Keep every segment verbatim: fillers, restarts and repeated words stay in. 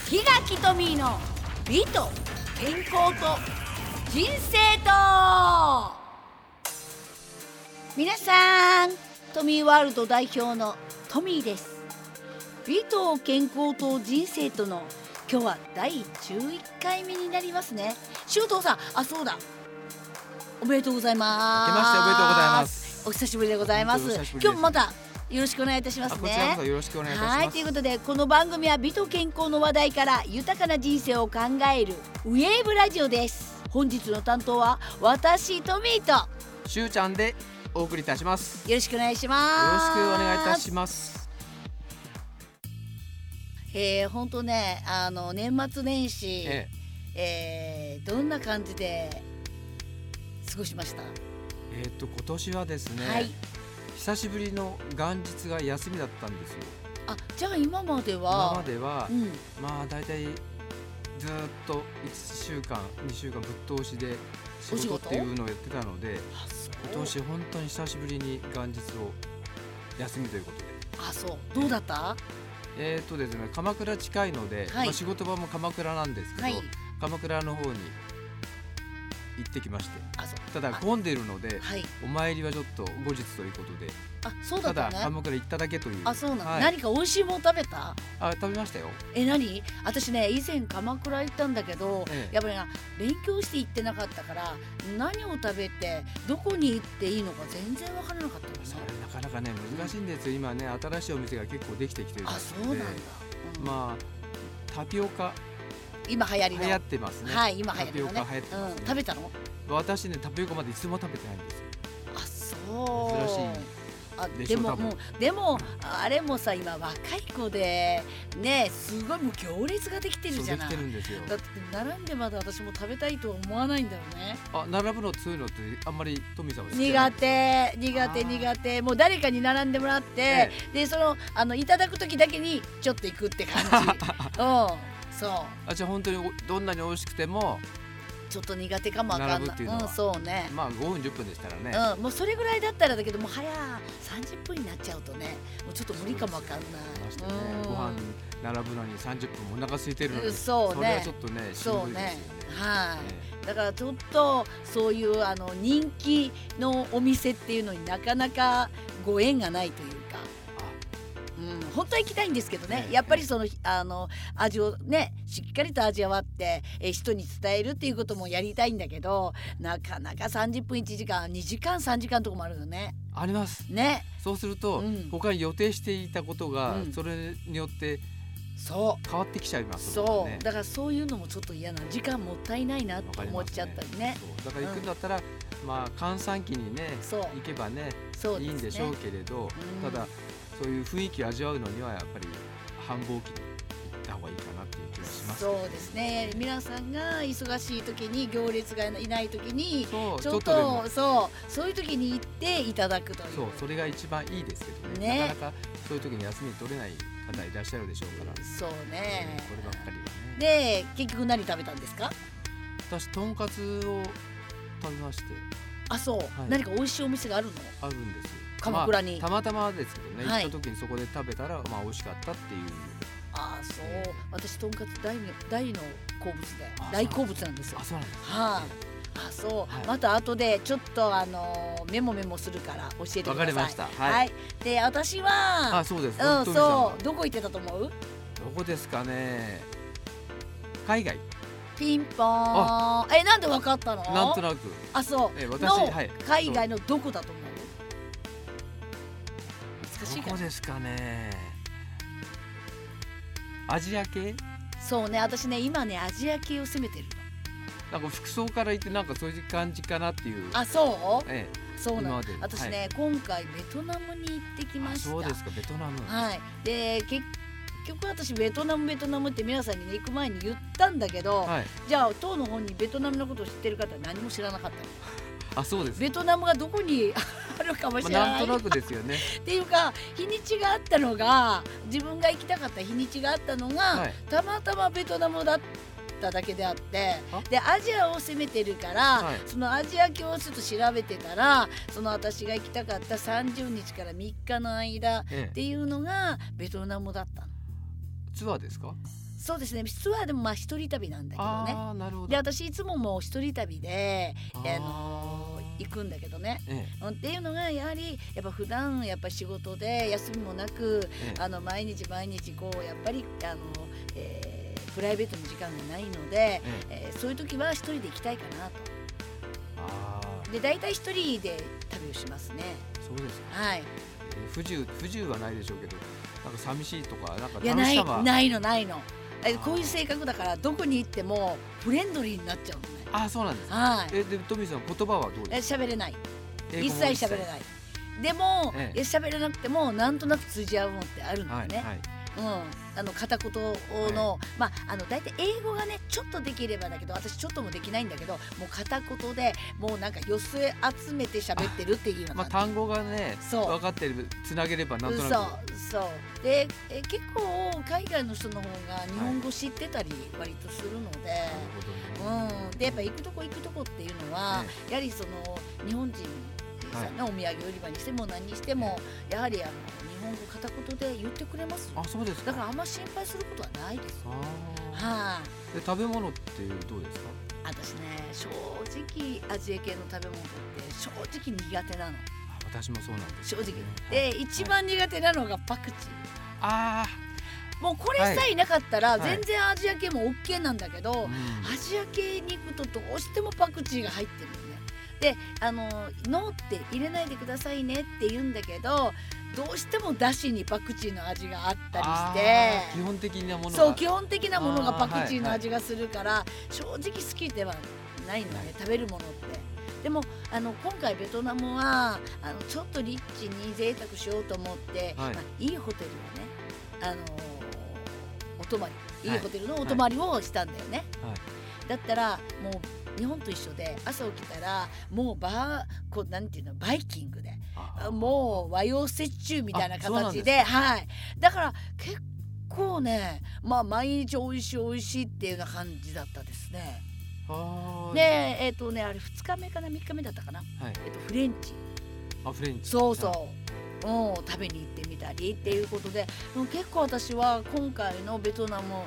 檜垣トミーの美と健康と人生と。皆さん、トミーワールド代表のトミーです。美と健康と人生との今日はだいじゅういっかいめになりますね。周東さん、あ、そうだ、おめでとうございます。 明けましておめでとうございます。 お久しぶりでございます。今日もまたよろしくお願いいたしますね。 こちらこそよろしくお願いいたします。 はい、ということでこの番組は美と健康の話題から豊かな人生を考えるウェーブラジオです。本日の担当は私トミーとしゅうちゃんでお送りいたします。 よろしくお願いします。 よろしくお願いいたします。 えー、ほんとね、あの年末年始、 ええー、どんな感じで過ごしました？ えー、と今年はですね、 はい、 久しぶりの元日が休みだったんですよ。 あ、じゃあ今までは今までは、 うん、 まあだいたいずっといっしゅうかんにしゅうかんぶっ通しで仕事っていうのをやってたので、今年本当に久しぶりに元日を休みということで。 あ、そう、どうだった？ えーとですね、鎌倉近いので、 はい、 まあ、仕事場も鎌倉なんですけど、 はい、 鎌倉の方に行ってきまして、 あ、そう、 ただ混んでいるので、 はい、 お参りはちょっと後日ということで、 あ、そうだったね。 ただ鎌倉行っただけという。 あ、そうなの、 はい、 何か美味しいもの食べた？ あ、食べましたよ。 え、何？私ね、以前鎌倉行ったんだけど、 ええ、 やっぱりな、勉強して行ってなかったから何を食べてどこに行っていいのか全然わからなかったのね。 それなかなかね難しいんですよ。今ね、新しいお店が結構できてきてるので。 あ、そうなんだ、うん、 まあタピオカ今流行りの流行ってますね。 はい、今流行りのね。 タピオカ流行ってますね。 うん、食べたの？ 私ね、タピオカまで一度も食べてないんですよ。 あ、そう。 珍しい。 あ、 ででももうでもあれもさ、今若い子でね、すごいもう行列ができてるじゃない。 そうできてるんですよ。 だって並んでまだ私も食べたいとは思わないんだよね。 あ、並ぶのそういうのってあんまりトミーさんは好きじゃ苦ない？ 手苦手苦手。もう誰かに並んでもらって、 ええ、でそのあのいただく時だけにちょっと行くって感じ。うん、そう。 あ、じゃあ本当にどんなに美味しくてもちょっと苦手かもわかんない。 並ぶっていうのは、 うん、そうね。 まあごふんじゅっぷんでしたらね、 うん、もうそれぐらいだったらだけども、早さんじゅっぷんになっちゃうとね、もうちょっと無理かもわかんない。 ましてね、ご飯並ぶのにさんじゅっぷんもお腹空いてるのに、 そうね、 それはちょっとね、しんどいですよね。 そうね、はい、 えだからちょっとそういうあの人気のお店っていうのになかなかご縁がないというか、うん、本当は行きたいんですけどね、 ね、 やっぱりそのあの味をね、しっかりと味わってえ人に伝えるっていうこともやりたいんだけど、なかなかさんじゅっぷんいちじかんにじかんさんじかんとかもあるよね。 ありますね。 そうすると、うん、他に予定していたことが、うん、それによってそう変わってきちゃいますもんね。 そうだからそういうのもちょっと嫌な、時間もったいないなと思っちゃったりね。 そうだから行くんだったら、うん、まあ閑散期にね行けばね、 そうですね、 いいんでしょうけれど、うん、ただそういう雰囲気を味わうのにはやっぱり繁忙期に行った方がいいかなっていう気がします、ね。そうですね。皆さんが忙しい時に、行列がいない時にちょっと、ちょっとそうそういう時に行っていただくという、そう、それが一番いいですけど ね, ねなかなかそういう時に休み取れない方いらっしゃるでしょうから。 そうね、 こればっかりはね。 で結局何食べたんですか？ 私とんかつを食べまして。 あ、そう、はい、何か美味しいお店があるの？ あるんです。 鎌倉に、 まあ、たまたまですけどね、 はい、 行った時にそこで食べたら、まあ、美味しかったっていう。 あ、そう、私とんかつ大の大の好物で大好物なんですよ。 あ、そうなんですか。 はあ、あ、そう、 はい、 また後でちょっとあのメモメモするから教えてください。 わかりました。はい。 はい、で私は、 あ、そうです。 うん、そう、どこ行ってたと思う？ どこですかね。海外。 ピンポーン。え、なんでわかったの？ なんとなく。 あ、そう。 え、私、はい、 海外のどこだと思う？難しいかな。 どこですかね。アジア系？ そうね、私ね、今ね、アジア系を攻めてるの。なんか服装から言ってなんかそういう感じかなっていう。 あ、そう？ ええ、 そうなの。私ね、はい、今回ベトナムに行ってきました。 そうですか、ベトナム。 はい。で、結局私ベトナムベトナムって皆さんに、ね、行く前に言ったんだけど、はい、じゃあ当の本にベトナムのことを知ってる方は何も知らなかったの。 あ、そうです。 ベトナムがどこにあるかもしれない、 まあ、なんとなくですよね。 っていうか、日にちがあったのが、自分が行きたかった日にちがあったのが、はい、たまたまベトナムだっただけであって、でアジアを攻めてるから、はい、そのアジア系をちょっと調べてたら、その私が行きたかったさんじゅうにちからみっかの間っていうのがベトナムだったの。 ツアーですか？ そうですね。実はでもまあ一人旅なんだけどね。 あ、なるほど。 で私いつももう一人旅であの行くんだけどね、ええ、っていうのがやはりやっぱ普段やっぱ仕事で休みもなく、ええ、あの毎日毎日こうやっぱりあの、えー、プライベートの時間がないので、えええー、そういう時は一人で行きたいかなと。あで大体一人で旅をしますね。 そうですか。 はい。 えー、不自由不自由はないでしょうけど、なんか寂しいとかなんか楽しさは。 いやないないのないの。こういう性格だからどこに行ってもフレンドリーになっちゃうのね。 あ、そうなんですか。 はい。 えでトミーさん言葉はどうですか。 喋れない。一切喋れない。でも喋、ええ、れなくてもなんとなく通じ合うのってあるんだよね。はいはい、うん、あの片言の、はい、まああのだいたい英語がねちょっとできればだけど私ちょっともできないんだけどもう片言でもうなんか寄せ集めて喋ってるっていうようなまあ単語がね分かってるつなげればなんとなく。 そうそうでえ結構海外の人の方が日本語知ってたり割とするので、はい、うん、でやっぱ行くとこ行くとこっていうのは、ね、やはりその日本人さんのお土産売り場にしても何にしてもやはりあの日本語片言で言ってくれますよ。 あ、そうですか。 だからあんま心配することはないです。はあ、で食べ物ってどうですか。 私ね正直アジア系の食べ物って正直苦手なの。 私もそうなんです、 ね、正直で、はい、一番苦手なのがパクチー。 ああ、もうこれさえなかったら全然アジア系も OK なんだけど、はい、アジア系に行くとどうしてもパクチーが入ってるのね。であのノーって入れないでくださいねって言うんだけどどうしてもだしにパクチーの味があったりして基本的なものがそう基本的なものがパクチーの味がするから、はいはい、正直好きではないのね、はい、食べるものって。でもあの今回ベトナムはあのちょっとリッチに贅沢しようと思って、はい、まあ、いいホテルはね、あのー、お泊まりいいホテルのお泊まりをしたんだよね、はいはい、だったらもう日本と一緒で朝起きたらもうバーこうなんていうのバイキングでもう和洋折衷みたいな形で、はい、だから結構ね、まあ毎日美味しい美味しいっていうような感じだったですね。でえっ、ー、とねあれふつかめかなみっかめだったかな、はい、えっとフレンチあフレンチそうそう、はい、うん、食べに行ってみたりっていうことで結構私は今回のベトナム、はい、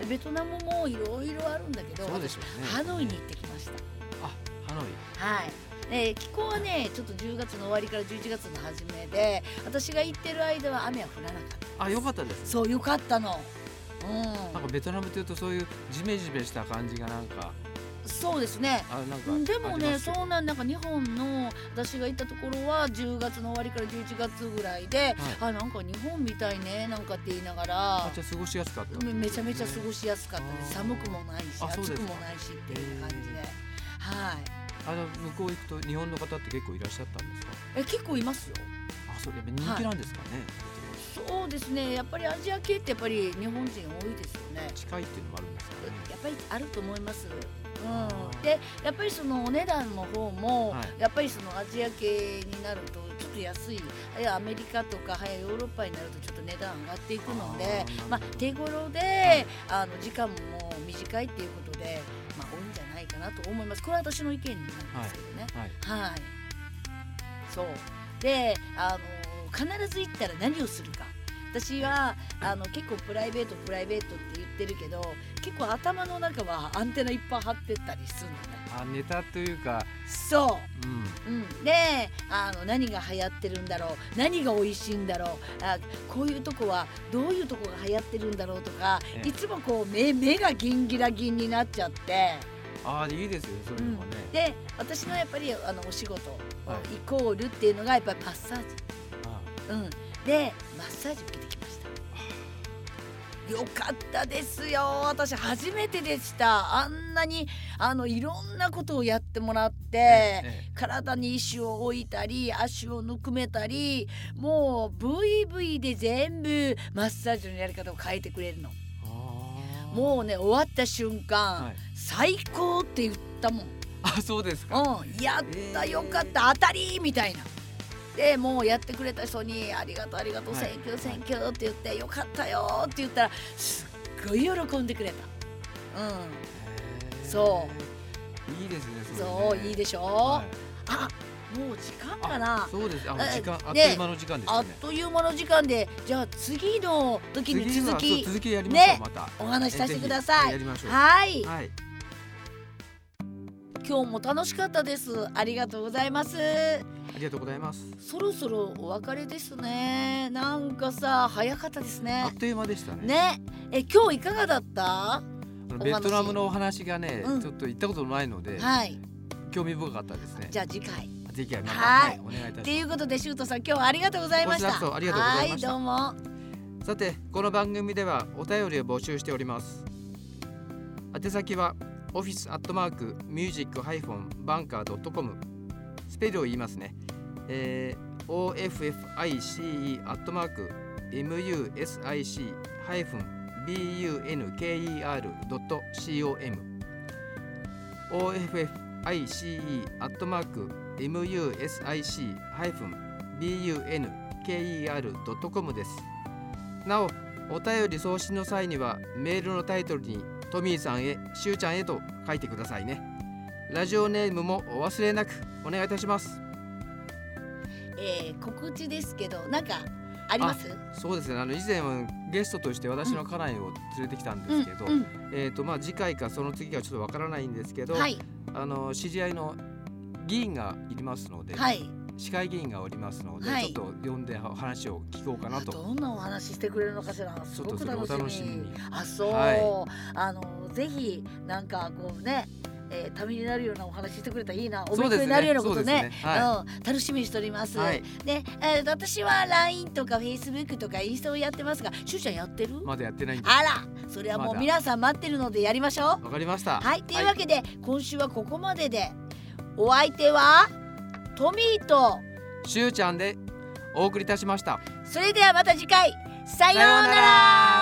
ベトナムもいろいろあるんだけど、 そうでしょうね、 ハノイに行ってきました。 あ、ハノイ、 はい。えー、気候はねちょっとじゅうがつの終わりからじゅういちがつの初めで私が行ってる間は雨は降らなかった。 あ、よかったです、ね、 そうよかったの、うん、 なんかベトナムというとそういうジメジメした感じがなんかそうですね。 あなんかでもねそうなんなんか日本の私が行ったところはじゅうがつの終わりからじゅういちがつぐらいで、はい、あなんか日本みたいねなんかって言いながらあじゃあ過ごしやすかった、 めちゃめちゃ過ごしやすかったです。寒くもないし暑くもないしっていう感じで、はい。 あの向こう行くと日本の方って結構いらっしゃったんですか。 え結構いますよ。 あ、それやっぱ人気なんですかね、 はい、そうですね。やっぱりアジア系ってやっぱり日本人多いですよね。 近いっていうのもあるんですかね。 やっぱりあると思います。うん、でやっぱりそのお値段の方も、はい、やっぱりそのアジア系になるとちょっと安い、アメリカとかヨーロッパになるとちょっと値段上がっていくので、まあ、手頃で、はい、あの時間も短いっていうことで、まあ、多いんじゃないかなと思います。これは私の意見なんですけどね。はい、はいはい、そうであの必ず行ったら何をするか。私はあの結構プライベートプライベートって言ってるけど結構頭の中はアンテナいっぱい張ってったりするのね。 あ、ネタというかそう、うんうん、であの何が流行ってるんだろう何が美味しいんだろうあこういうとこはどういうとこが流行ってるんだろうとか、いつもこう 目, 目がギンギラギンになっちゃって。 あいいですよそういうのはね、 うん、で私のやっぱりあのお仕事、はい、イコールっていうのがやっぱりマッサージ、ああ、うんでマッサージ受けてきました。よかったですよ。私初めてでした。あんなにあのいろんなことをやってもらって、ええ、体に石を置いたり足をぬくめたりもう ブイブイ で全部マッサージのやり方を変えてくれるの。もうね終わった瞬間、はい、最高って言ったもん。 あ、そうですか。 うん、やったよかった、当たりみたいな。でもうやってくれた人にありがとうありがとう、センキューセンキューって言ってよかったよって言ったらすっごい喜んでくれた。うん、そういいですね。 それね、そういいでしょ、はい、あもう時間かな。 そうです。あ、時間あっという間の時間ですね。 あっという間の時間で、じゃあ次の時に続き続きやりましょう、ね、またお話しさせてください。 やりましょう。 はい、 はい。 今日も楽しかったです。ありがとうございます。 ありがとうございます。 そろそろお別れですね。なんかさ早かったですね。 あっという間でしたね。 ね、え今日いかがだった？ ベトナムのお話がね、 うん、 ちょっと行ったことないので、 はい、 興味深かったですね。 じゃあ次回。 次回また、 はい、 はい、お願いいたします。 ということでシュートさん今日はありがとうございました。 ありがとうございました。 はい、どうも。 さてこの番組ではお便りを募集しております。宛先はオフィスアットマークミュージックハイフォンバンカードットコム、スペルを言いますね。えー、オーエフエフアイシーイー アットマーク エムユーエスアイシー ハイフン ビーユーエヌケーイーアール ドット コム オーエフエフアイシーイー アットマーク エムユーエスアイシー ハイフン ビーユーエヌケーイーアール ドット コム です。なおお便り送信の際にはメールのタイトルにトミーさんへ、しゅうちゃんへと書いてくださいね。ラジオネームもお忘れなくお願いいたします。 えー、告知ですけどなんかあります？ そうですね、あの以前はゲストとして私の家内を連れてきたんですけど、うんうん、えーとまあ、次回かその次かちょっとわからないんですけど、はい、あの知り合いの議員がいますので、はい、市会議員がおりますので、はい、ちょっと呼んで話を聞こうかなと。 どんなお話してくれるのかしら。すごく楽しみ。 お楽しみに。 あ、そう、はい、あのぜひなんかこうね、えー、ためになるようなお話してくれたらいいな、お勉強になるようなこと ね, ね、はい、うん、楽しみにしております、はい、で、えー、私は ライン とか フェイスブック とかインスタをやってますが、しゅうちゃんやってる？ まだやってないんです。 あら、それはもう皆さん待ってるのでやりましょう。 わかりました。 はい、というわけで、はい、今週はここまでで、お相手はトミーとしゅうちゃんでお送りいたしました。 それではまた次回、さようなら。